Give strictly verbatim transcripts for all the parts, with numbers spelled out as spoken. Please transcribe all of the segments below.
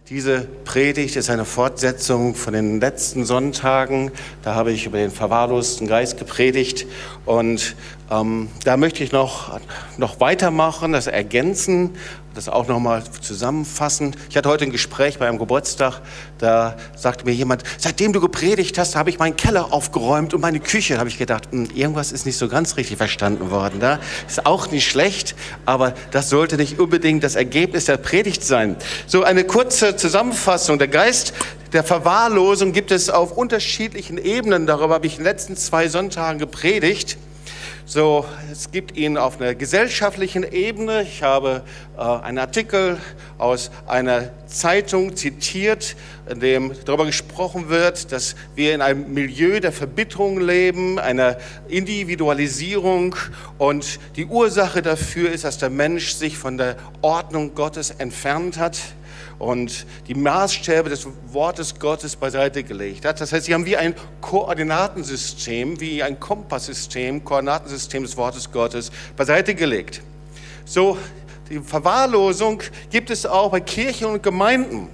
Diese Predigt ist eine Fortsetzung von den letzten Sonntagen. Da habe ich über den verwahrlosten Geist gepredigt und ähm, da möchte ich noch, noch weitermachen, das ergänzen, das auch nochmal zusammenfassen. Ich hatte heute ein Gespräch bei einem Geburtstag, da sagte mir jemand, seitdem du gepredigt hast, habe ich meinen Keller aufgeräumt und meine Küche. Da habe ich gedacht, hm, irgendwas ist nicht so ganz richtig verstanden worden. Da ist auch nicht schlecht, aber das sollte nicht unbedingt das Ergebnis der Predigt sein. So eine kurze Zusammenfassung. Der Geist der Verwahrlosung gibt es auf unterschiedlichen Ebenen. Darüber habe ich in den letzten zwei Sonntagen gepredigt. So, es gibt ihn auf einer gesellschaftlichen Ebene. Ich habe äh, einen Artikel aus einer Zeitung zitiert, in dem darüber gesprochen wird, dass wir in einem Milieu der Verbitterung leben, einer Individualisierung, und die Ursache dafür ist, dass der Mensch sich von der Ordnung Gottes entfernt hat und die Maßstäbe des Wortes Gottes beiseite gelegt hat. Das heißt, sie haben wie ein Koordinatensystem, wie ein Kompasssystem, Koordinatensystem des Wortes Gottes beiseite gelegt. So, die Verwahrlosung gibt es auch bei Kirchen und Gemeinden.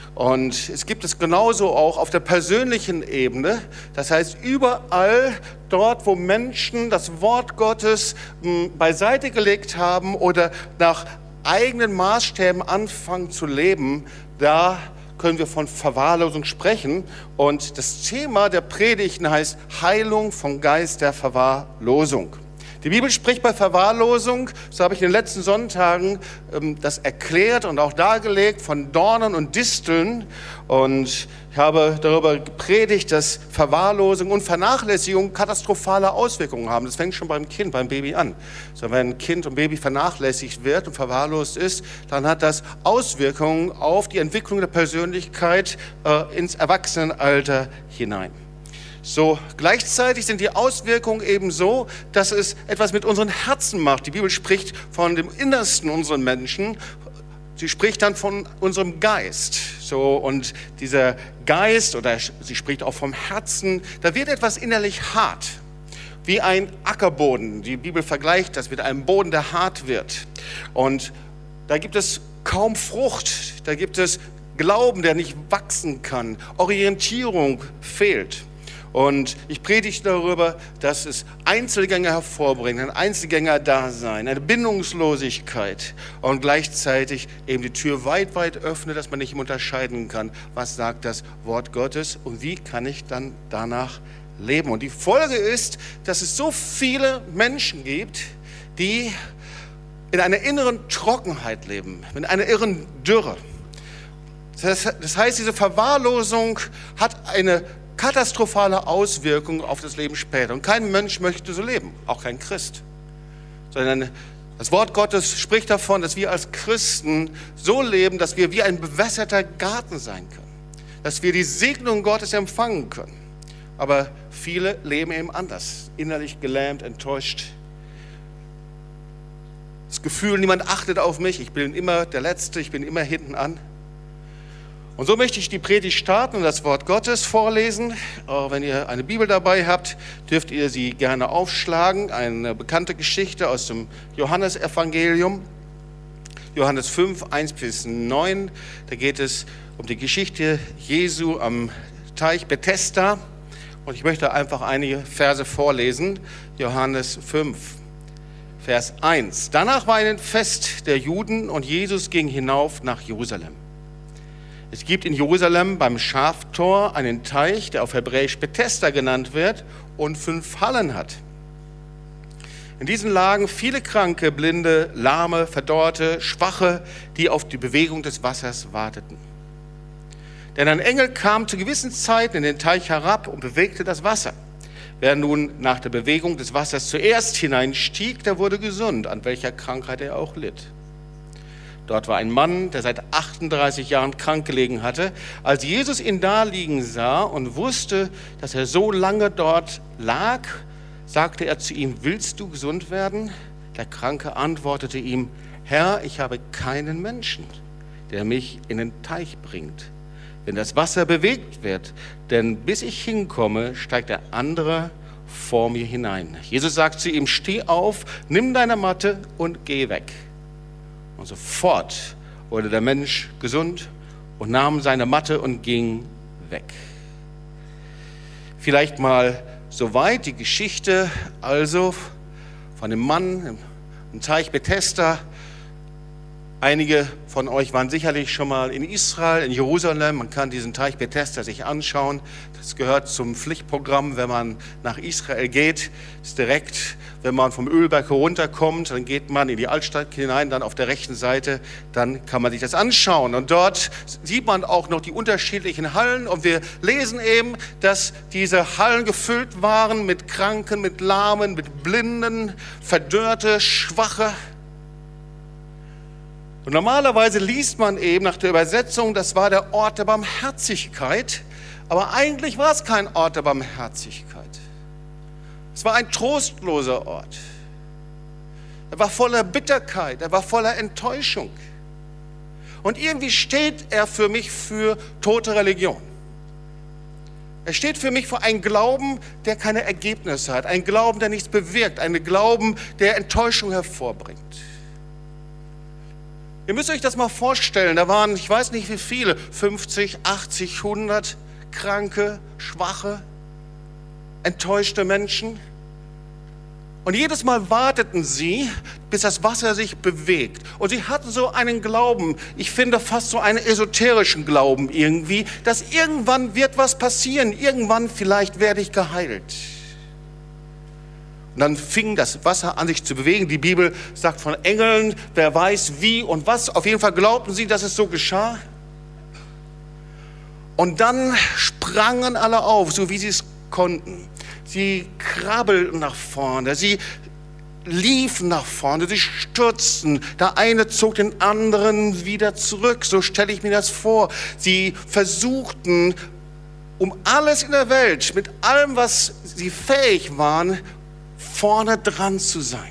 Und es gibt es genauso auch auf der persönlichen Ebene. Das heißt, überall dort, wo Menschen das Wort Gottes mh, beiseite gelegt haben oder nach eigenen Maßstäben anfangen zu leben, da können wir von Verwahrlosung sprechen. Und das Thema der Predigten heißt Heilung vom Geist der Verwahrlosung. Die Bibel spricht bei Verwahrlosung, so habe ich in den letzten Sonntagen ähm, das erklärt und auch dargelegt, von Dornen und Disteln. Und ich habe darüber gepredigt, dass Verwahrlosung und Vernachlässigung katastrophale Auswirkungen haben. Das fängt schon beim Kind, beim Baby an. So, wenn ein Kind und Baby vernachlässigt wird und verwahrlost ist, dann hat das Auswirkungen auf die Entwicklung der Persönlichkeit äh, ins Erwachsenenalter hinein. So, gleichzeitig sind die Auswirkungen eben so, dass es etwas mit unseren Herzen macht. Die Bibel spricht von dem Innersten unserer Menschen. Sie spricht dann von unserem Geist. So, und dieser Geist, oder sie spricht auch vom Herzen, da wird etwas innerlich hart. Wie ein Ackerboden. Die Bibel vergleicht das mit einem Boden, der hart wird. Und da gibt es kaum Frucht. Da gibt es Glauben, der nicht wachsen kann. Orientierung fehlt. Und ich predige darüber, dass es Einzelgänger hervorbringt, ein Einzelgänger-Dasein, eine Bindungslosigkeit und gleichzeitig eben die Tür weit, weit öffnet, dass man nicht mehr unterscheiden kann, was sagt das Wort Gottes und wie kann ich dann danach leben. Und die Folge ist, dass es so viele Menschen gibt, die in einer inneren Trockenheit leben, in einer inneren Dürre. Das heißt, diese Verwahrlosung hat eine katastrophale Auswirkungen auf das Leben später. Und kein Mensch möchte so leben, auch kein Christ. Sondern das Wort Gottes spricht davon, dass wir als Christen so leben, dass wir wie ein bewässerter Garten sein können. Dass wir die Segnung Gottes empfangen können. Aber viele leben eben anders. Innerlich gelähmt, enttäuscht. Das Gefühl, niemand achtet auf mich, ich bin immer der Letzte, ich bin immer hinten an. Und so möchte ich die Predigt starten und das Wort Gottes vorlesen. Wenn ihr eine Bibel dabei habt, dürft ihr sie gerne aufschlagen. Eine bekannte Geschichte aus dem Johannesevangelium. Johannes fünf, eins bis neun. Da geht es um die Geschichte Jesu am Teich Bethesda. Und ich möchte einfach einige Verse vorlesen. Johannes fünf, Vers eins. Danach war ein Fest der Juden und Jesus ging hinauf nach Jerusalem. Es gibt in Jerusalem beim Schaftor einen Teich, der auf Hebräisch Bethesda genannt wird und fünf Hallen hat. In diesen lagen viele Kranke, Blinde, Lahme, Verdorrte, Schwache, die auf die Bewegung des Wassers warteten. Denn ein Engel kam zu gewissen Zeiten in den Teich herab und bewegte das Wasser. Wer nun nach der Bewegung des Wassers zuerst hineinstieg, der wurde gesund, an welcher Krankheit er auch litt. Dort war ein Mann, der seit achtunddreißig Jahren krank gelegen hatte. Als Jesus ihn da liegen sah und wusste, dass er so lange dort lag, sagte er zu ihm, willst du gesund werden? Der Kranke antwortete ihm, Herr, ich habe keinen Menschen, der mich in den Teich bringt, wenn das Wasser bewegt wird. Denn bis ich hinkomme, steigt der andere vor mir hinein. Jesus sagt zu ihm, steh auf, nimm deine Matte und geh weg. Und sofort wurde der Mensch gesund und nahm seine Matte und ging weg. Vielleicht mal soweit die Geschichte also von dem Mann im Teich Bethesda. Einige von euch waren sicherlich schon mal in Israel, in Jerusalem. Man kann diesen Teich Bethesda sich anschauen. Das gehört zum Pflichtprogramm, wenn man nach Israel geht. Das ist direkt, wenn man vom Ölberg herunterkommt, dann geht man in die Altstadt hinein, dann auf der rechten Seite, dann kann man sich das anschauen. Und dort sieht man auch noch die unterschiedlichen Hallen. Und wir lesen eben, dass diese Hallen gefüllt waren mit Kranken, mit Lahmen, mit Blinden, Verdörrte, Schwache. Und normalerweise liest man eben nach der Übersetzung, das war der Ort der Barmherzigkeit, aber eigentlich war es kein Ort der Barmherzigkeit. Es war ein trostloser Ort. Er war voller Bitterkeit, er war voller Enttäuschung. Und irgendwie steht er für mich für tote Religion. Er steht für mich für einen Glauben, der keine Ergebnisse hat, einen Glauben, der nichts bewirkt, einen Glauben, der Enttäuschung hervorbringt. Ihr müsst euch das mal vorstellen, da waren, ich weiß nicht wie viele, fünfzig, achtzig, hundert kranke, schwache, enttäuschte Menschen. Und jedes Mal warteten sie, bis das Wasser sich bewegt. Und sie hatten so einen Glauben, ich finde fast so einen esoterischen Glauben irgendwie, dass irgendwann wird was passieren, irgendwann vielleicht werde ich geheilt. Und dann fing das Wasser an sich zu bewegen. Die Bibel sagt von Engeln, wer weiß wie und was. Auf jeden Fall glaubten sie, dass es so geschah. Und dann sprangen alle auf, so wie sie es konnten. Sie krabbelten nach vorne, sie liefen nach vorne, sie stürzten. Der eine zog den anderen wieder zurück, so stelle ich mir das vor. Sie versuchten, um alles in der Welt, mit allem, was sie fähig waren, vorne dran zu sein.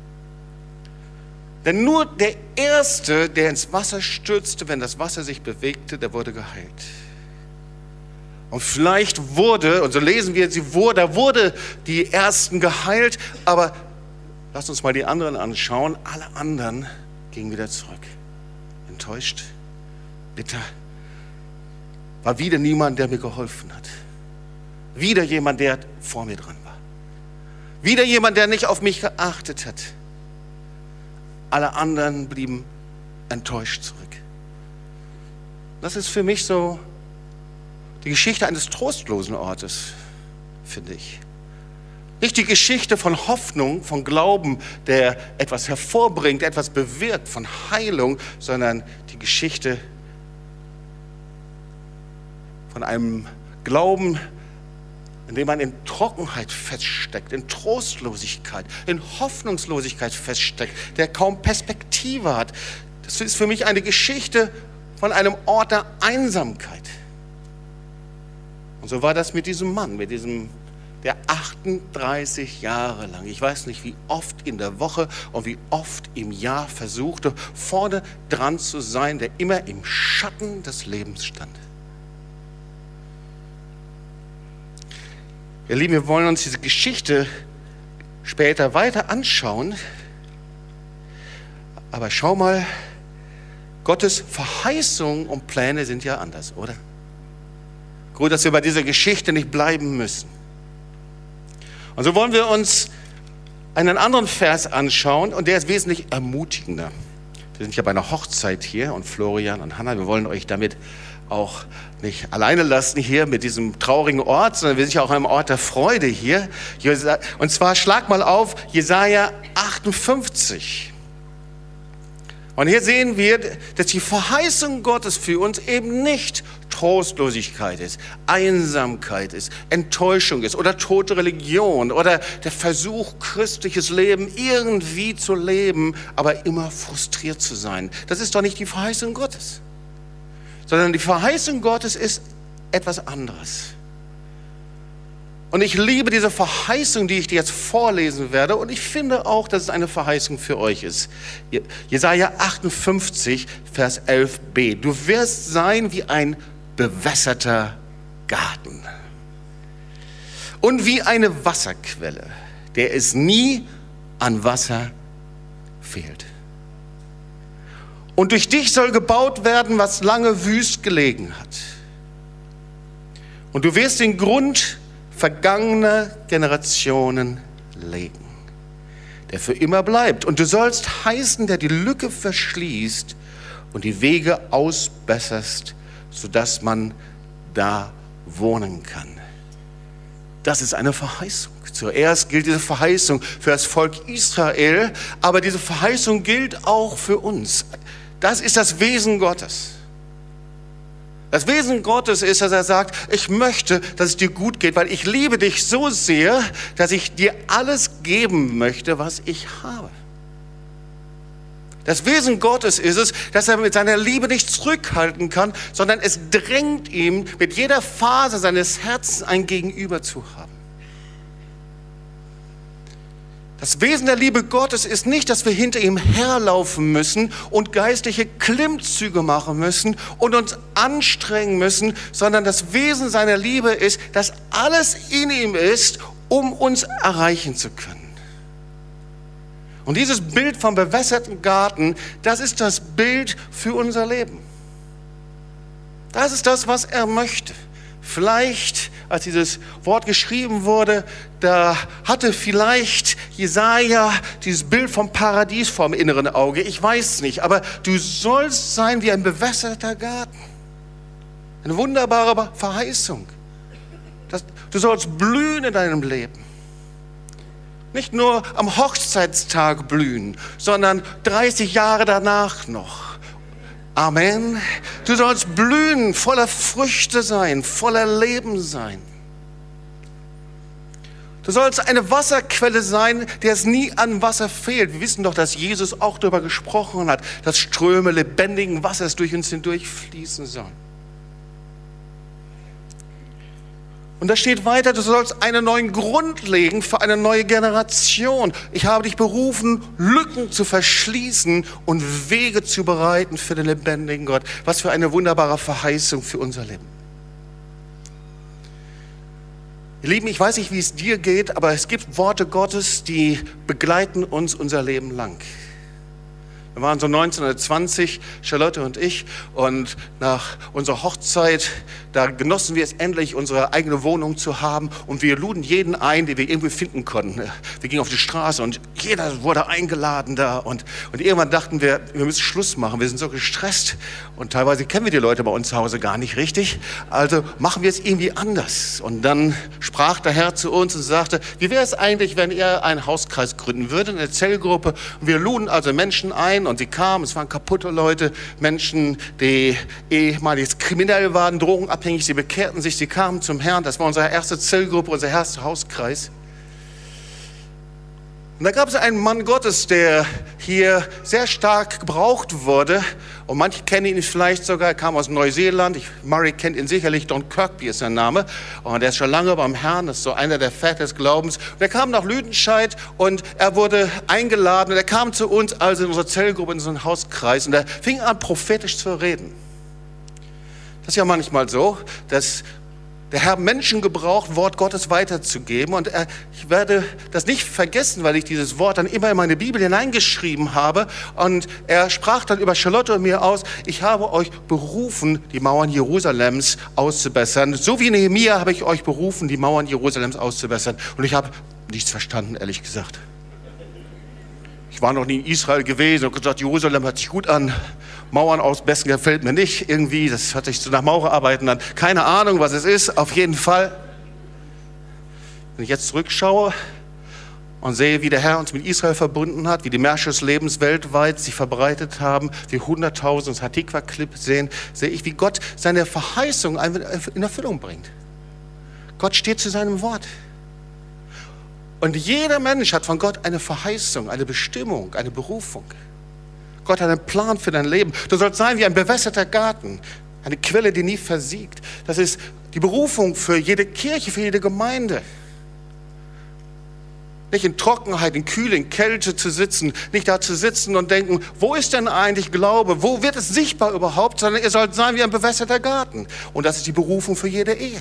Denn nur der Erste, der ins Wasser stürzte, wenn das Wasser sich bewegte, der wurde geheilt. Und vielleicht wurde, und so lesen wir, sie wurde, da wurde die Ersten geheilt, aber lasst uns mal die anderen anschauen. Alle anderen gingen wieder zurück. Enttäuscht, bitter. War wieder niemand, der mir geholfen hat. Wieder jemand, der vor mir dran war. Wieder jemand, der nicht auf mich geachtet hat. Alle anderen blieben enttäuscht zurück. Das ist für mich so die Geschichte eines trostlosen Ortes, finde ich. Nicht die Geschichte von Hoffnung, von Glauben, der etwas hervorbringt, etwas bewirkt, von Heilung, sondern die Geschichte von einem Glauben, in dem man in Trockenheit feststeckt, in Trostlosigkeit, in Hoffnungslosigkeit feststeckt, der kaum Perspektive hat. Das ist für mich eine Geschichte von einem Ort der Einsamkeit. Und so war das mit diesem Mann, mit diesem, der achtunddreißig Jahre lang, ich weiß nicht wie oft in der Woche und wie oft im Jahr versuchte, vorne dran zu sein, der immer im Schatten des Lebens stand. Ihr Lieben, wir wollen uns diese Geschichte später weiter anschauen. Aber schau mal, Gottes Verheißungen und Pläne sind ja anders, oder? Gut, dass wir bei dieser Geschichte nicht bleiben müssen. Und so wollen wir uns einen anderen Vers anschauen und der ist wesentlich ermutigender. Wir sind ja bei einer Hochzeit hier und Florian und Hannah, wir wollen euch damit auch nicht alleine lassen hier mit diesem traurigen Ort, sondern wir sind ja auch an einem Ort der Freude hier. Und zwar schlag mal auf Jesaja achtundfünfzig. Und hier sehen wir, dass die Verheißung Gottes für uns eben nicht Trostlosigkeit ist, Einsamkeit ist, Enttäuschung ist oder tote Religion oder der Versuch, christliches Leben irgendwie zu leben, aber immer frustriert zu sein. Das ist doch nicht die Verheißung Gottes. Sondern die Verheißung Gottes ist etwas anderes. Und ich liebe diese Verheißung, die ich dir jetzt vorlesen werde. Und ich finde auch, dass es eine Verheißung für euch ist. Jesaja achtundfünfzig, Vers elf b. Du wirst sein wie ein bewässerter Garten und wie eine Wasserquelle, der es nie an Wasser fehlt. Und durch dich soll gebaut werden, was lange wüst gelegen hat. Und du wirst den Grund vergangener Generationen legen, der für immer bleibt. Und du sollst heißen, der die Lücke verschließt und die Wege ausbesserst, sodass man da wohnen kann. Das ist eine Verheißung. Zuerst gilt diese Verheißung für das Volk Israel, aber diese Verheißung gilt auch für uns. Das ist das Wesen Gottes. Das Wesen Gottes ist, dass er sagt, ich möchte, dass es dir gut geht, weil ich liebe dich so sehr, dass ich dir alles geben möchte, was ich habe. Das Wesen Gottes ist es, dass er mit seiner Liebe nicht zurückhalten kann, sondern es drängt ihm, mit jeder Phase seines Herzens ein Gegenüber zu haben. Das Wesen der Liebe Gottes ist nicht, dass wir hinter ihm herlaufen müssen und geistliche Klimmzüge machen müssen und uns anstrengen müssen, sondern das Wesen seiner Liebe ist, dass alles in ihm ist, um uns erreichen zu können. Und dieses Bild vom bewässerten Garten, das ist das Bild für unser Leben. Das ist das, was er möchte. Vielleicht, als dieses Wort geschrieben wurde, da hatte vielleicht Jesaja dieses Bild vom Paradies vor dem inneren Auge. Ich weiß es nicht, aber du sollst sein wie ein bewässerter Garten. Eine wunderbare Verheißung. Das, du sollst blühen in deinem Leben. Nicht nur am Hochzeitstag blühen, sondern dreißig Jahre danach noch. Amen. Du sollst blühen, voller Früchte sein, voller Leben sein. Du sollst eine Wasserquelle sein, der es nie an Wasser fehlt. Wir wissen doch, dass Jesus auch darüber gesprochen hat, dass Ströme lebendigen Wassers durch uns hindurch fließen sollen. Und da steht weiter, du sollst einen neuen Grund legen für eine neue Generation. Ich habe dich berufen, Lücken zu verschließen und Wege zu bereiten für den lebendigen Gott. Was für eine wunderbare Verheißung für unser Leben. Ihr Lieben, ich weiß nicht, wie es dir geht, aber es gibt Worte Gottes, die begleiten uns unser Leben lang. Wir waren so neunzehnhundertzwanzig, Charlotte und ich, und nach unserer Hochzeit, da genossen wir es endlich, unsere eigene Wohnung zu haben, und wir luden jeden ein, den wir irgendwie finden konnten. Wir gingen auf die Straße und jeder wurde eingeladen da, und, und irgendwann dachten wir, wir müssen Schluss machen, wir sind so gestresst und teilweise kennen wir die Leute bei uns zu Hause gar nicht richtig, also machen wir es irgendwie anders. Und dann sprach der Herr zu uns und sagte, wie wäre es eigentlich, wenn ihr einen Hauskreis gründen würdet, eine Zellgruppe, und wir luden also Menschen ein, und sie kamen, es waren kaputte Leute, Menschen, die ehemalig kriminell waren, drogenabhängig, sie bekehrten sich, sie kamen zum Herrn. Das war unsere erste Zellgruppe, unser erster Hauskreis. Und da gab es einen Mann Gottes, der hier sehr stark gebraucht wurde. Und manche kennen ihn vielleicht sogar, er kam aus Neuseeland. Ich, Murray kennt ihn sicherlich, Don Kirkby ist sein Name. Und er ist schon lange beim Herrn, das ist so einer der Väter des Glaubens. Und er kam nach Lüdenscheid und er wurde eingeladen. Und er kam zu uns, also in unsere Zellgruppe, in unseren Hauskreis. Und er fing an, prophetisch zu reden. Das ist ja manchmal so, dass der Herr Menschen gebraucht, Wort Gottes weiterzugeben. Und er, ich werde das nicht vergessen, weil ich dieses Wort dann immer in meine Bibel hineingeschrieben habe. Und er sprach dann über Charlotte und mir aus, ich habe euch berufen, die Mauern Jerusalems auszubessern. So wie Nehemia habe ich euch berufen, die Mauern Jerusalems auszubessern. Und ich habe nichts verstanden, ehrlich gesagt. Ich war noch nie in Israel gewesen und gesagt, Jerusalem hört sich gut an. Mauern ausbessern gefällt mir nicht irgendwie. Das hört sich so nach Maurerarbeiten an. Keine Ahnung, was es ist. Auf jeden Fall. Wenn ich jetzt zurückschaue und sehe, wie der Herr uns mit Israel verbunden hat, wie die Märsche des Lebens weltweit sich verbreitet haben, wie hunderttausend das Hatikwa-Clip sehen, sehe ich, wie Gott seine Verheißung in Erfüllung bringt. Gott steht zu seinem Wort. Und jeder Mensch hat von Gott eine Verheißung, eine Bestimmung, eine Berufung. Gott hat einen Plan für dein Leben. Du sollst sein wie ein bewässerter Garten, eine Quelle, die nie versiegt. Das ist die Berufung für jede Kirche, für jede Gemeinde. Nicht in Trockenheit, in Kühle, in Kälte zu sitzen, nicht da zu sitzen und denken, wo ist denn eigentlich Glaube, wo wird es sichtbar überhaupt, sondern ihr sollt sein wie ein bewässerter Garten. Und das ist die Berufung für jede Ehe.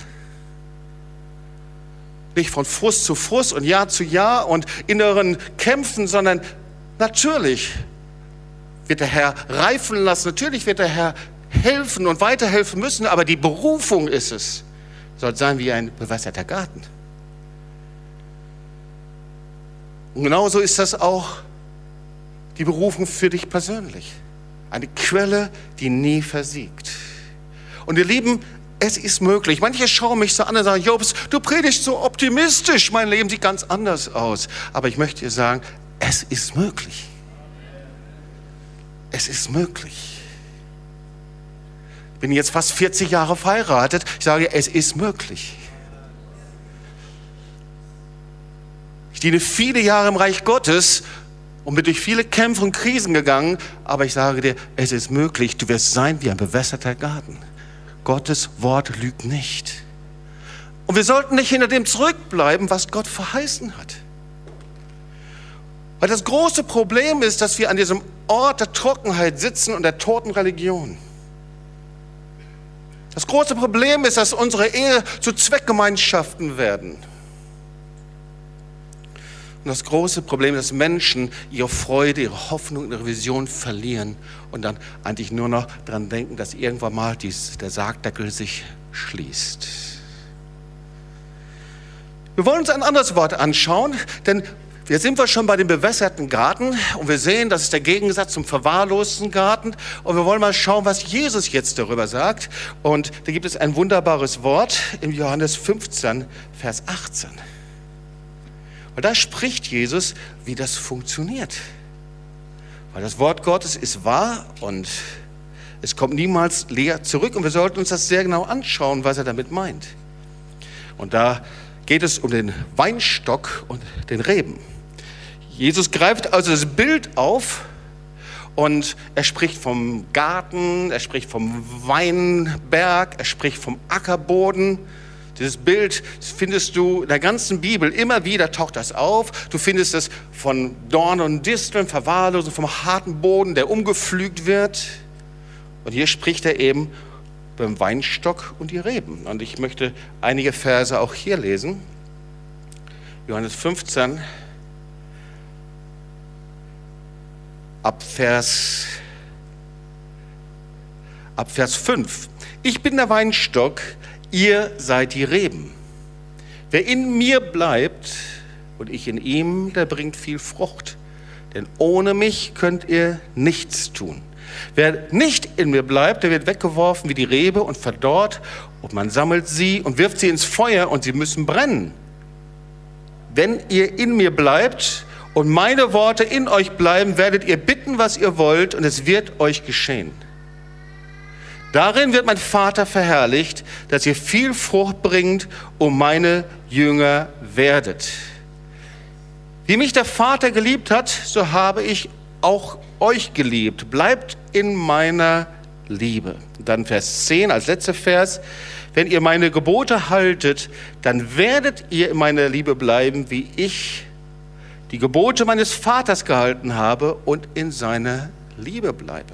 Nicht von Frust zu Frust und Jahr zu Jahr und inneren Kämpfen, sondern natürlich wird der Herr reifen lassen. Natürlich wird der Herr helfen und weiterhelfen müssen, aber die Berufung ist es, soll sein wie ein bewässerter Garten. Und genauso ist das auch die Berufung für dich persönlich. Eine Quelle, die nie versiegt. Und ihr Lieben, es ist möglich. Manche schauen mich so an und sagen, Jobs, du predigst so optimistisch, mein Leben sieht ganz anders aus. Aber ich möchte dir sagen, es ist möglich. Es ist möglich. Ich bin jetzt fast vierzig Jahre verheiratet. Ich sage, es ist möglich. Ich diene viele Jahre im Reich Gottes und bin durch viele Kämpfe und Krisen gegangen. Aber ich sage dir, es ist möglich. Du wirst sein wie ein bewässerter Garten. Gottes Wort lügt nicht. Und wir sollten nicht hinter dem zurückbleiben, was Gott verheißen hat. Weil das große Problem ist, dass wir an diesem Ort der Trockenheit sitzen und der toten Religion. Das große Problem ist, dass unsere Ehe zu Zweckgemeinschaften werden. Und das große Problem ist, dass Menschen ihre Freude, ihre Hoffnung, ihre Vision verlieren und dann eigentlich nur noch daran denken, dass irgendwann mal dies, der Sargdeckel sich schließt. Wir wollen uns ein anderes Wort anschauen, denn wir sind wir schon bei dem bewässerten Garten und wir sehen, das ist der Gegensatz zum verwahrlosten Garten. Und wir wollen mal schauen, was Jesus jetzt darüber sagt. Und da gibt es ein wunderbares Wort im Johannes fünfzehn, Vers achtzehn. Weil da spricht Jesus, wie das funktioniert. Weil das Wort Gottes ist wahr und es kommt niemals leer zurück. Und wir sollten uns das sehr genau anschauen, was er damit meint. Und da geht es um den Weinstock und den Reben. Jesus greift also das Bild auf und er spricht vom Garten, er spricht vom Weinberg, er spricht vom Ackerboden. Dieses Bild findest du in der ganzen Bibel, immer wieder taucht das auf. Du findest es von Dornen und Disteln, Verwahrlosung, vom harten Boden, der umgepflügt wird. Und hier spricht er eben beim Weinstock und die Reben. Und ich möchte einige Verse auch hier lesen. Johannes fünfzehn, ab Vers, ab Vers fünf. Ich bin der Weinstock, ihr seid die Reben. Wer in mir bleibt und ich in ihm, der bringt viel Frucht. Denn ohne mich könnt ihr nichts tun. Wer nicht in mir bleibt, der wird weggeworfen wie die Rebe und verdorrt. Und man sammelt sie und wirft sie ins Feuer und sie müssen brennen. Wenn ihr in mir bleibt und meine Worte in euch bleiben, werdet ihr bitten, was ihr wollt, und es wird euch geschehen. Darin wird mein Vater verherrlicht, dass ihr viel Frucht bringt und meine Jünger werdet. Wie mich der Vater geliebt hat, so habe ich auch euch geliebt. Bleibt in meiner Liebe. Dann Vers zehn als letzter Vers. Wenn ihr meine Gebote haltet, dann werdet ihr in meiner Liebe bleiben, wie ich die Gebote meines Vaters gehalten habe und in seiner Liebe bleibe.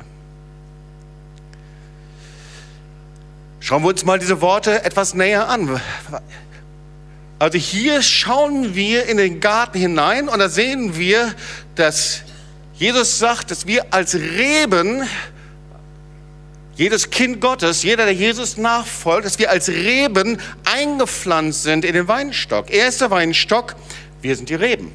Schauen wir uns mal diese Worte etwas näher an. Also hier schauen wir in den Garten hinein und da sehen wir, dass Jesus sagt, dass wir als Reben, jedes Kind Gottes, jeder, der Jesus nachfolgt, dass wir als Reben eingepflanzt sind in den Weinstock. Er ist der Weinstock, wir sind die Reben.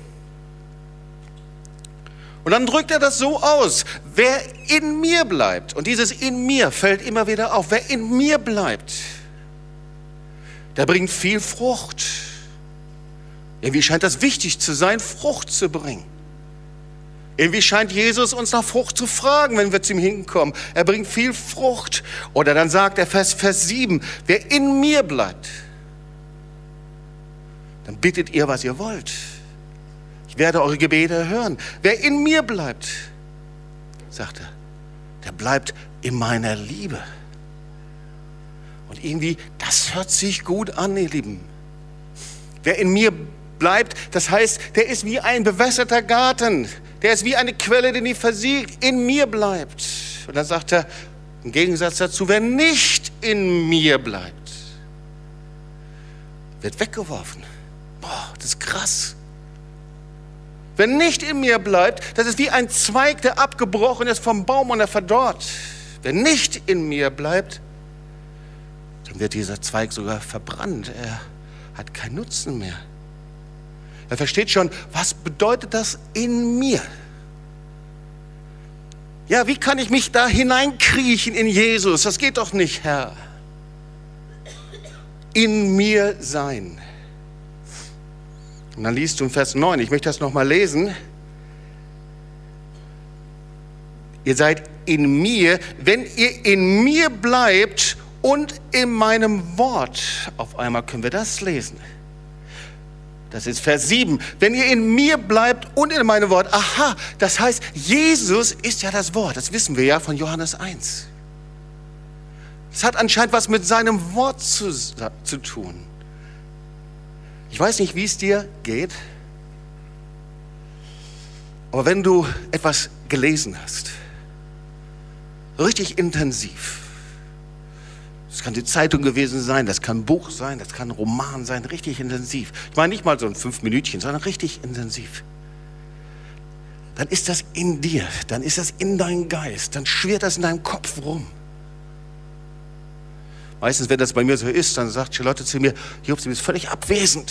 Und dann drückt er das so aus, wer in mir bleibt, und dieses in mir fällt immer wieder auf, wer in mir bleibt, der bringt viel Frucht. Irgendwie scheint das wichtig zu sein, Frucht zu bringen. Irgendwie scheint Jesus uns nach Frucht zu fragen, wenn wir zu ihm hinkommen. Er bringt viel Frucht. Oder dann sagt er Vers, Vers sieben, wer in mir bleibt, dann bittet ihr, was ihr wollt. Ich werde eure Gebete erhören. Wer in mir bleibt, sagt er, der bleibt in meiner Liebe. Und irgendwie, das hört sich gut an, ihr Lieben. Wer in mir bleibt, das heißt, der ist wie ein bewässerter Garten. Der ist wie eine Quelle, die nie versiegt, in mir bleibt. Und dann sagt er, im Gegensatz dazu, wer nicht in mir bleibt, wird weggeworfen. Boah, das ist krass. Wer nicht in mir bleibt, das ist wie ein Zweig, der abgebrochen ist vom Baum und er verdorrt. Wer nicht in mir bleibt, dann wird dieser Zweig sogar verbrannt. Er hat keinen Nutzen mehr. Er versteht schon, was bedeutet das in mir? Ja, wie kann ich mich da hineinkriechen in Jesus? Das geht doch nicht, Herr. In mir sein. Und dann liest du in Vers neun, ich möchte das nochmal lesen. Ihr seid in mir, wenn ihr in mir bleibt und in meinem Wort. Auf einmal können wir das lesen. Das ist Vers sieben. Wenn ihr in mir bleibt und in meinem Wort. Aha, das heißt, Jesus ist ja das Wort. Das wissen wir ja von Johannes eins. Es hat anscheinend was mit seinem Wort zu, zu tun. Ich weiß nicht, wie es dir geht, aber wenn du etwas gelesen hast, richtig intensiv, das kann die Zeitung gewesen sein, das kann ein Buch sein, das kann ein Roman sein, richtig intensiv. Ich meine nicht mal so ein fünf Minütchen, sondern richtig intensiv. Dann ist das in dir, dann ist das in deinem Geist, dann schwirrt das in deinem Kopf rum. Meistens, wenn das bei mir so ist, dann sagt Charlotte zu mir, Jobs, du bist völlig abwesend.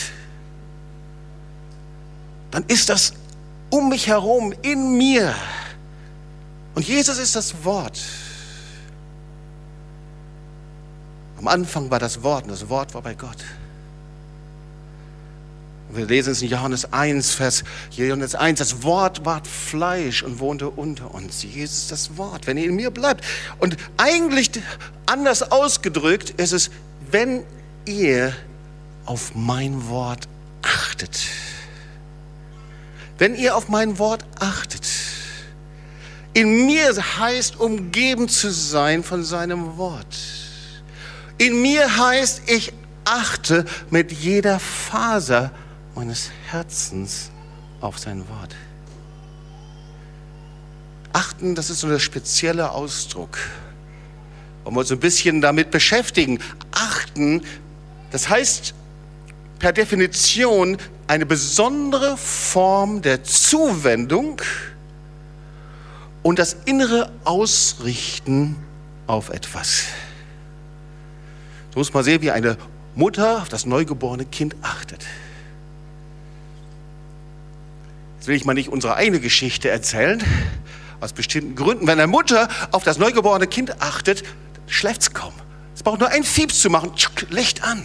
Dann ist das um mich herum, in mir. Und Jesus ist das Wort. Am Anfang war das Wort und das Wort war bei Gott. Wir lesen es in Johannes eins, Vers Johannes eins, das Wort ward Fleisch und wohnte unter uns. Jesus ist das Wort, wenn ihr in mir bleibt. Und eigentlich anders ausgedrückt ist es, wenn ihr auf mein Wort achtet. Wenn ihr auf mein Wort achtet. In mir heißt, umgeben zu sein von seinem Wort. In mir heißt, ich achte mit jeder Faser meines Herzens auf sein Wort. Achten, das ist so der spezielle Ausdruck. Wollen wir uns ein bisschen damit beschäftigen. Achten, das heißt per Definition eine besondere Form der Zuwendung und das innere Ausrichten auf etwas. Du musst mal sehen, wie eine Mutter auf das neugeborene Kind achtet. Jetzt will ich mal nicht unsere eigene Geschichte erzählen, aus bestimmten Gründen. Wenn eine Mutter auf das neugeborene Kind achtet, schläft es kaum. Es braucht nur ein Fieps zu machen, tschuck, Licht an.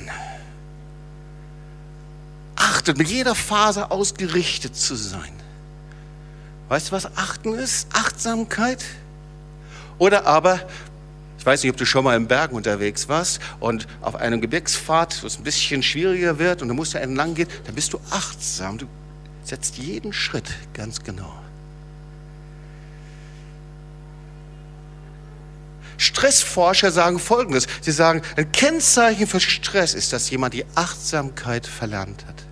Achtet, mit jeder Faser ausgerichtet zu sein. Weißt du, was Achten ist? Achtsamkeit? Oder aber, ich weiß nicht, ob du schon mal in Bergen unterwegs warst und auf einem Gebirgspfad, wo es ein bisschen schwieriger wird und du musst da entlang gehen, dann bist du achtsam. Du setzt jeden Schritt ganz genau. Stressforscher sagen Folgendes. Sie sagen, ein Kennzeichen für Stress ist, dass jemand die Achtsamkeit verlernt hat.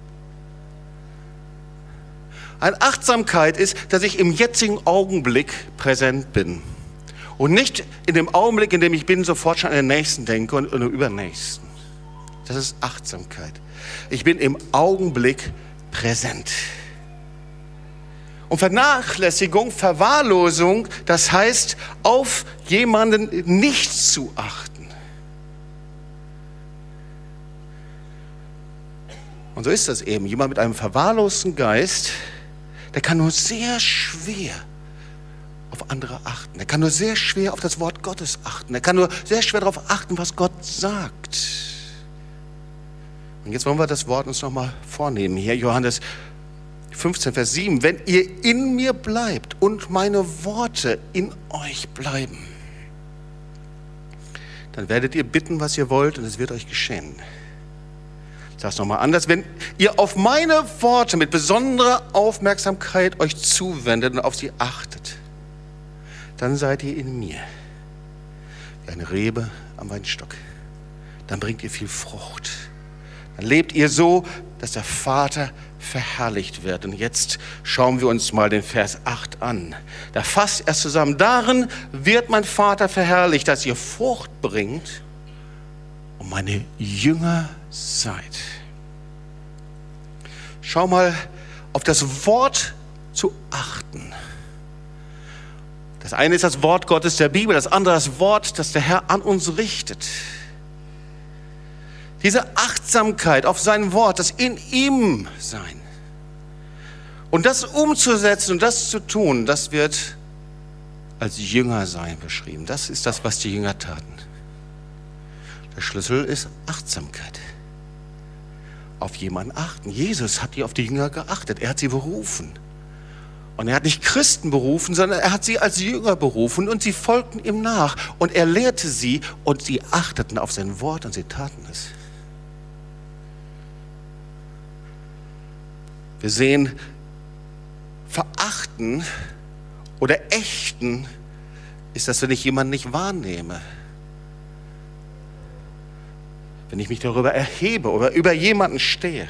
Eine Achtsamkeit ist, dass ich im jetzigen Augenblick präsent bin. Und nicht in dem Augenblick, in dem ich bin, sofort schon an den Nächsten denke und an den Übernächsten. Das ist Achtsamkeit. Ich bin im Augenblick präsent. Und Vernachlässigung, Verwahrlosung, das heißt, auf jemanden nicht zu achten. Und so ist das eben. Jemand mit einem verwahrlosten Geist, der kann nur sehr schwer auf andere achten. Er kann nur sehr schwer auf das Wort Gottes achten. Er kann nur sehr schwer darauf achten, was Gott sagt. Und jetzt wollen wir das Wort uns nochmal vornehmen. Hier Johannes fünfzehn, Vers sieben. Wenn ihr in mir bleibt und meine Worte in euch bleiben, dann werdet ihr bitten, was ihr wollt, und es wird euch geschehen. Ich sage es nochmal anders. Wenn ihr auf meine Worte mit besonderer Aufmerksamkeit euch zuwendet und auf sie achtet, dann seid ihr in mir, wie eine Rebe am Weinstock. Dann bringt ihr viel Frucht. Dann lebt ihr so, dass der Vater verherrlicht wird. Und jetzt schauen wir uns mal den Vers acht an. Da fasst er zusammen. Darin wird mein Vater verherrlicht, dass ihr Frucht bringt und meine Jünger seid. Schau mal auf das Wort zu achten. Das eine ist das Wort Gottes der Bibel, das andere das Wort, das der Herr an uns richtet. Diese Achtsamkeit auf sein Wort, das in ihm sein. Und das umzusetzen und das zu tun, das wird als Jünger sein beschrieben. Das ist das, was die Jünger taten. Der Schlüssel ist Achtsamkeit. Auf jemanden achten. Jesus hat die auf die Jünger geachtet. Er hat sie berufen. Und er hat nicht Christen berufen, sondern er hat sie als Jünger berufen und sie folgten ihm nach. Und er lehrte sie und sie achteten auf sein Wort und sie taten es. Wir sehen, verachten oder ächten ist das, wenn ich jemanden nicht wahrnehme. Wenn ich mich darüber erhebe oder über jemanden stehe.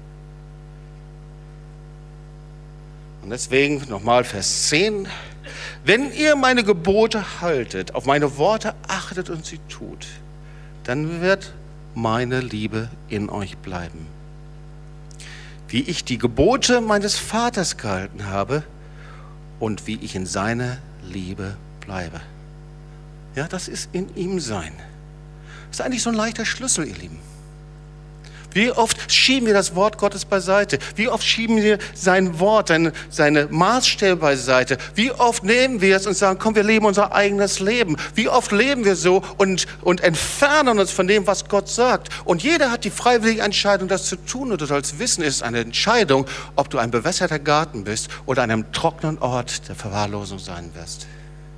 Und deswegen nochmal Vers zehn. Wenn ihr meine Gebote haltet, auf meine Worte achtet und sie tut, dann wird meine Liebe in euch bleiben. Wie ich die Gebote meines Vaters gehalten habe und wie ich in seiner Liebe bleibe. Ja, das ist in ihm sein. Das ist eigentlich so ein leichter Schlüssel, ihr Lieben. Wie oft schieben wir das Wort Gottes beiseite? Wie oft schieben wir sein Wort, seine, seine Maßstäbe beiseite? Wie oft nehmen wir es und sagen, komm, wir leben unser eigenes Leben? Wie oft leben wir so und, und entfernen uns von dem, was Gott sagt? Und jeder hat die freiwillige Entscheidung, das zu tun. Und du sollst wissen, es ist eine Entscheidung, ob du ein bewässerter Garten bist oder an einem trockenen Ort der Verwahrlosung sein wirst.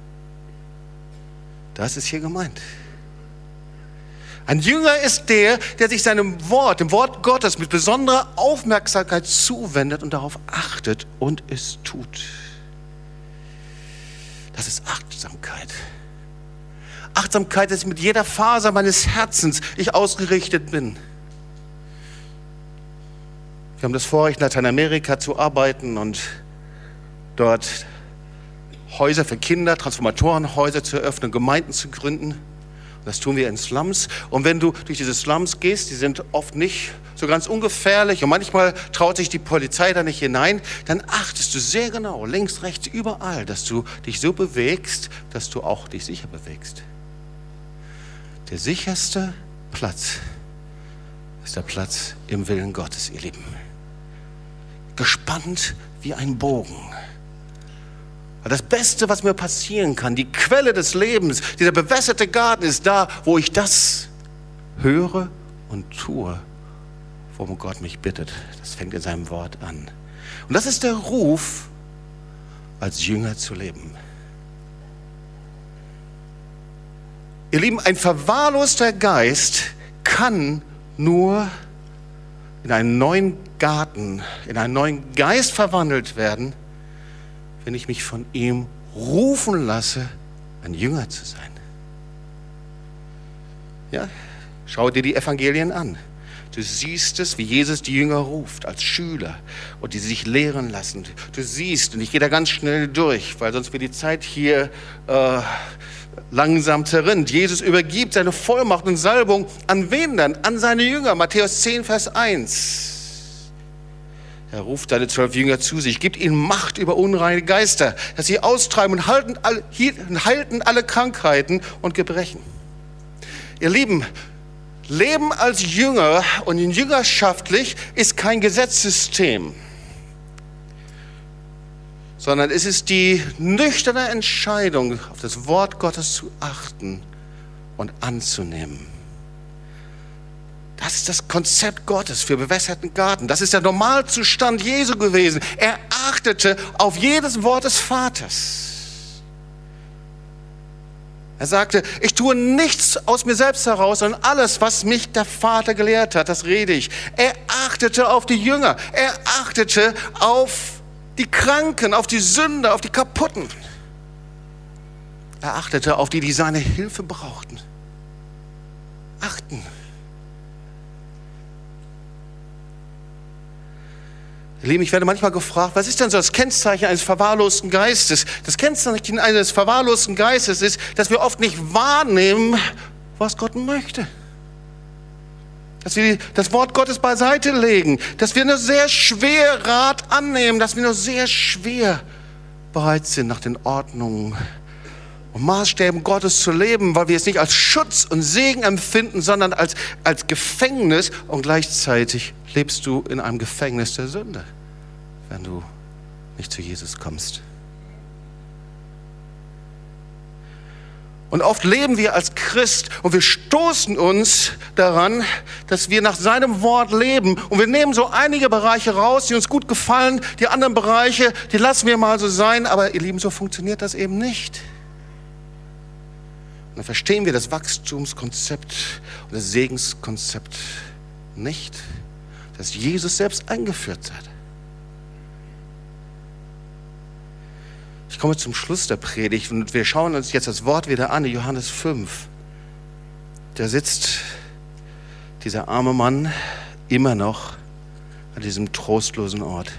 Das ist hier gemeint. Ein Jünger ist der, der sich seinem Wort, dem Wort Gottes mit besonderer Aufmerksamkeit zuwendet und darauf achtet und es tut. Das ist Achtsamkeit. Achtsamkeit ist mit jeder Faser meines Herzens ich ausgerichtet bin. Wir haben das Vorrecht, in Lateinamerika zu arbeiten und dort Häuser für Kinder, Transformatorenhäuser zu eröffnen, Gemeinden zu gründen. Das tun wir in Slums. Und wenn du durch diese Slums gehst, die sind oft nicht so ganz ungefährlich und manchmal traut sich die Polizei da nicht hinein, dann achtest du sehr genau, links, rechts, überall, dass du dich so bewegst, dass du auch dich sicher bewegst. Der sicherste Platz ist der Platz im Willen Gottes, ihr Lieben. Gespannt wie ein Bogen. Das Beste, was mir passieren kann, die Quelle des Lebens, dieser bewässerte Garten ist da, wo ich das höre und tue, worum Gott mich bittet. Das fängt in seinem Wort an. Und das ist der Ruf, als Jünger zu leben. Ihr Lieben, ein verwahrloster Geist kann nur in einen neuen Garten, in einen neuen Geist verwandelt werden, wenn ich mich von ihm rufen lasse, ein Jünger zu sein. Ja, schau dir die Evangelien an. Du siehst es, wie Jesus die Jünger ruft, als Schüler und die sich lehren lassen. Du siehst, und ich gehe da ganz schnell durch, weil sonst wird die Zeit hier äh, langsam zerrinnt. Jesus übergibt seine Vollmacht und Salbung an wen dann? An seine Jünger. Matthäus zehn, Vers eins. Er ruft seine zwölf Jünger zu sich, gibt ihnen Macht über unreine Geister, dass sie austreiben und halten alle, heilten alle Krankheiten und Gebrechen. Ihr Lieben, Leben als Jünger und jüngerschaftlich ist kein Gesetzessystem, sondern es ist die nüchterne Entscheidung, auf das Wort Gottes zu achten und anzunehmen. Das ist das Konzept Gottes für bewässerten Garten. Das ist der Normalzustand Jesu gewesen. Er achtete auf jedes Wort des Vaters. Er sagte, ich tue nichts aus mir selbst heraus, sondern alles, was mich der Vater gelehrt hat, das rede ich. Er achtete auf die Jünger. Er achtete auf die Kranken, auf die Sünder, auf die Kaputten. Er achtete auf die, die seine Hilfe brauchten. Achten. Ihr Lieben, ich werde manchmal gefragt, was ist denn so das Kennzeichen eines verwahrlosten Geistes? Das Kennzeichen eines verwahrlosten Geistes ist, dass wir oft nicht wahrnehmen, was Gott möchte. Dass wir das Wort Gottes beiseite legen. Dass wir nur sehr schwer Rat annehmen. Dass wir nur sehr schwer bereit sind, nach den Ordnungen und Maßstäben Gottes zu leben, weil wir es nicht als Schutz und Segen empfinden, sondern als, als Gefängnis. Und gleichzeitig lebst du in einem Gefängnis der Sünde, wenn du nicht zu Jesus kommst. Und oft leben wir als Christ und wir stoßen uns daran, dass wir nach seinem Wort leben. Und wir nehmen so einige Bereiche raus, die uns gut gefallen. Die anderen Bereiche, die lassen wir mal so sein. Aber ihr Lieben, so funktioniert das eben nicht. Und dann verstehen wir das Wachstumskonzept und das Segenskonzept nicht, das Jesus selbst eingeführt hat. Ich komme zum Schluss der Predigt und wir schauen uns jetzt das Wort wieder an, Johannes fünf. Da sitzt dieser arme Mann immer noch an diesem trostlosen Ort.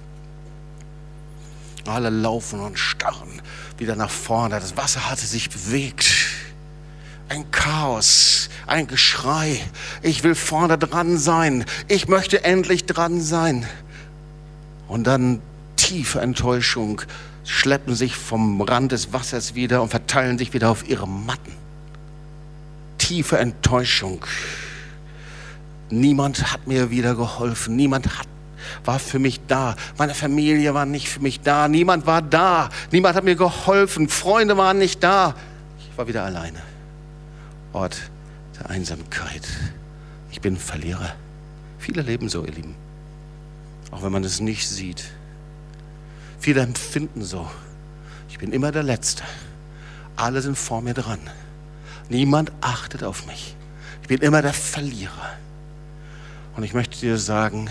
Alle laufen und starren wieder nach vorne. Das Wasser hatte sich bewegt. Ein Chaos, ein Geschrei. Ich will vorne dran sein. Ich möchte endlich dran sein. Und dann tiefe Enttäuschung. Schleppen sich vom Rand des Wassers wieder und verteilen sich wieder auf ihre Matten. Tiefe Enttäuschung. Niemand hat mir wieder geholfen. Niemand hat, war für mich da. Meine Familie war nicht für mich da. Niemand war da. Niemand hat mir geholfen. Freunde waren nicht da. Ich war wieder alleine. Ort der Einsamkeit. Ich bin Verlierer. Viele leben so, ihr Lieben. Auch wenn man es nicht sieht. Viele empfinden so, ich bin immer der Letzte. Alle sind vor mir dran. Niemand achtet auf mich. Ich bin immer der Verlierer. Und ich möchte dir sagen,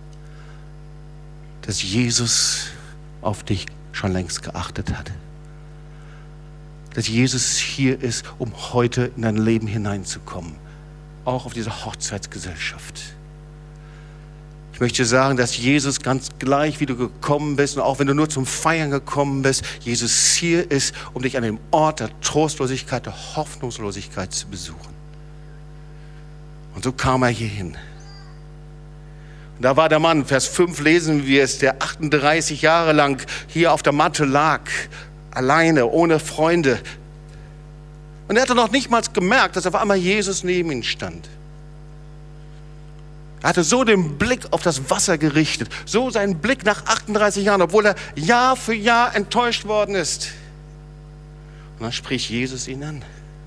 dass Jesus auf dich schon längst geachtet hat. Dass Jesus hier ist, um heute in dein Leben hineinzukommen. Auch auf diese Hochzeitsgesellschaft. Ich möchte sagen, dass Jesus ganz gleich, wie du gekommen bist und auch wenn du nur zum Feiern gekommen bist, Jesus hier ist, um dich an dem Ort der Trostlosigkeit, der Hoffnungslosigkeit zu besuchen. Und so kam er hierhin. Und da war der Mann, Vers fünf lesen wir es, der achtunddreißig Jahre lang hier auf der Matte lag, alleine, ohne Freunde. Und er hatte noch nicht mal gemerkt, dass auf einmal Jesus neben ihm stand. Er hatte so den Blick auf das Wasser gerichtet, so seinen Blick nach achtunddreißig Jahren, obwohl er Jahr für Jahr enttäuscht worden ist. Und dann spricht Jesus ihn an.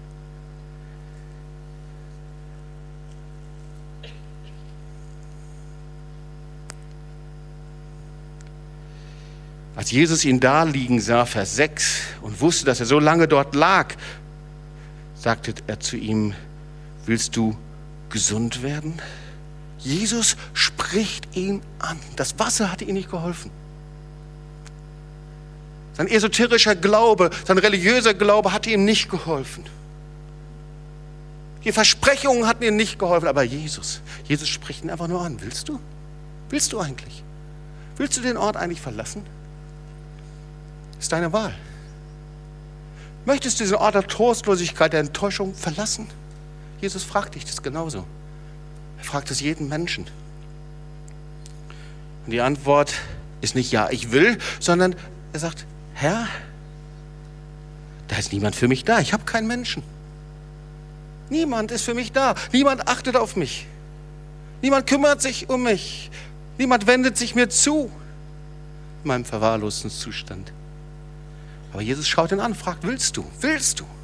Als Jesus ihn da liegen sah, Vers sechs, und wusste, dass er so lange dort lag, sagte er zu ihm, willst du gesund werden? Jesus spricht ihn an. Das Wasser hatte ihm nicht geholfen. Sein esoterischer Glaube, sein religiöser Glaube hatte ihm nicht geholfen. Die Versprechungen hatten ihm nicht geholfen, aber Jesus, Jesus spricht ihn einfach nur an. Willst du? Willst du eigentlich? Willst du den Ort eigentlich verlassen? Das ist deine Wahl. Möchtest du diesen Ort der Trostlosigkeit, der Enttäuschung verlassen? Jesus fragt dich das genauso. Er fragt es jeden Menschen. Und die Antwort ist nicht ja, ich will, sondern er sagt, Herr, da ist niemand für mich da. Ich habe keinen Menschen. Niemand ist für mich da. Niemand achtet auf mich. Niemand kümmert sich um mich. Niemand wendet sich mir zu in meinem verwahrlosten Zustand. Aber Jesus schaut ihn an, fragt, willst du? Willst du?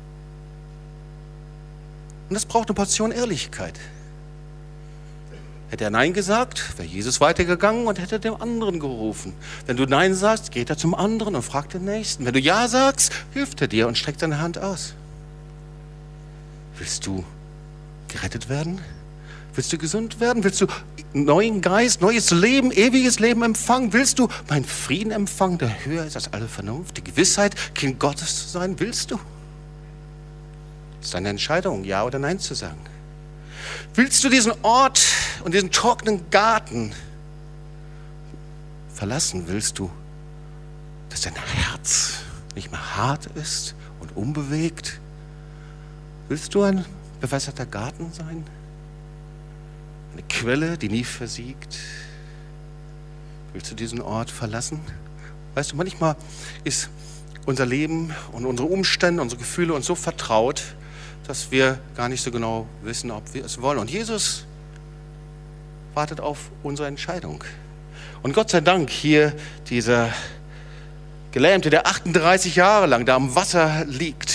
Und das braucht eine Portion Ehrlichkeit. Hätte er Nein gesagt, wäre Jesus weitergegangen und hätte dem anderen gerufen. Wenn du Nein sagst, geht er zum anderen und fragt den Nächsten. Wenn du Ja sagst, hilft er dir und streckt seine Hand aus. Willst du gerettet werden? Willst du gesund werden? Willst du neuen Geist, neues Leben, ewiges Leben empfangen? Willst du meinen Frieden empfangen, der höher ist als alle Vernunft? Die Gewissheit, Kind Gottes zu sein? Willst du? Das ist deine Entscheidung, Ja oder Nein zu sagen. Willst du diesen Ort und diesen trockenen Garten verlassen? Willst du, dass dein Herz nicht mehr hart ist und unbewegt? Willst du ein bewässerter Garten sein? Eine Quelle, die nie versiegt. Willst du diesen Ort verlassen? Weißt du, manchmal ist unser Leben und unsere Umstände, unsere Gefühle uns so vertraut, dass wir gar nicht so genau wissen, ob wir es wollen. Und Jesus wartet auf unsere Entscheidung. Und Gott sei Dank hier dieser Gelähmte, der achtunddreißig Jahre lang da am Wasser liegt.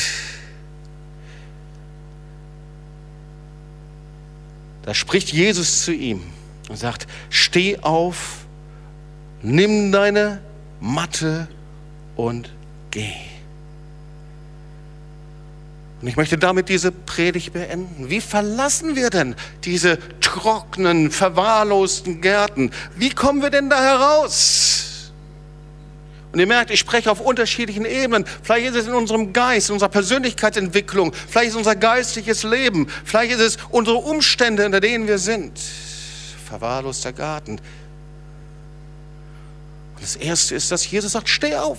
Da spricht Jesus zu ihm und sagt, steh auf, nimm deine Matte und geh. Und ich möchte damit diese Predigt beenden. Wie verlassen wir denn diese trockenen, verwahrlosten Gärten? Wie kommen wir denn da heraus? Und ihr merkt, ich spreche auf unterschiedlichen Ebenen. Vielleicht ist es in unserem Geist, in unserer Persönlichkeitsentwicklung, vielleicht ist es unser geistliches Leben, vielleicht ist es unsere Umstände, unter denen wir sind. Verwahrloster Garten. Und das Erste ist, dass Jesus sagt, steh auf.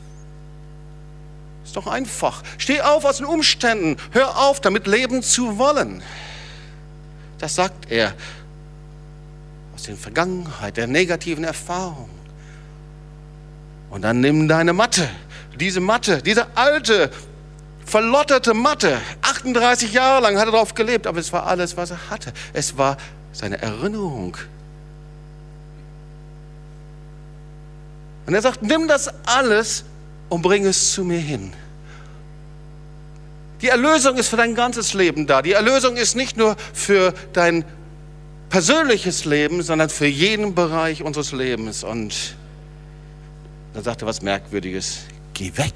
Ist doch einfach. Steh auf aus den Umständen. Hör auf, damit leben zu wollen. Das sagt er aus der Vergangenheit, der negativen Erfahrung. Und dann nimm deine Matte. Diese Matte, diese alte, verlotterte Matte. achtunddreißig Jahre lang hat er darauf gelebt, aber es war alles, was er hatte. Es war seine Erinnerung. Und er sagt, nimm das alles und bring es zu mir hin. Die Erlösung ist für dein ganzes Leben da. Die Erlösung ist nicht nur für dein persönliches Leben, sondern für jeden Bereich unseres Lebens. Und dann sagt er was Merkwürdiges. Geh weg.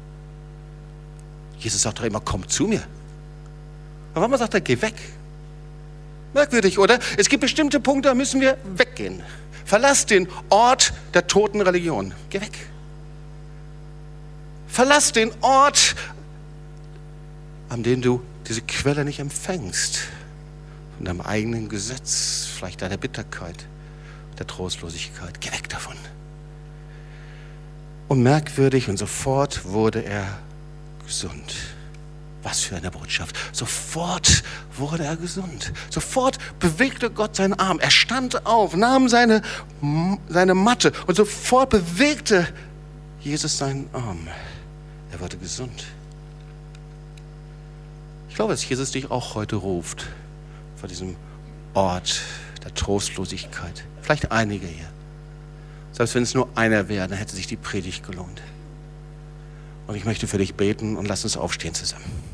Jesus sagt doch immer, komm zu mir. Aber warum sagt er, geh weg? Merkwürdig, oder? Es gibt bestimmte Punkte, da müssen wir weggehen. Verlass den Ort der toten Religion. Geh weg. Verlass den Ort, an dem du diese Quelle nicht empfängst. Von deinem eigenen Gesetz, vielleicht deiner Bitterkeit, der Trostlosigkeit. Geh weg davon. Und merkwürdig, und sofort wurde er gesund. Was für eine Botschaft. Sofort wurde er gesund. Sofort bewegte Gott seinen Arm. Er stand auf, nahm seine, seine Matte und sofort bewegte Jesus seinen Arm. Er wurde gesund. Ich glaube, dass Jesus dich auch heute ruft, vor diesem Ort der Trostlosigkeit. Vielleicht einige hier. Selbst wenn es nur einer wäre, dann hätte sich die Predigt gelohnt. Und ich möchte für dich beten und lass uns aufstehen zusammen.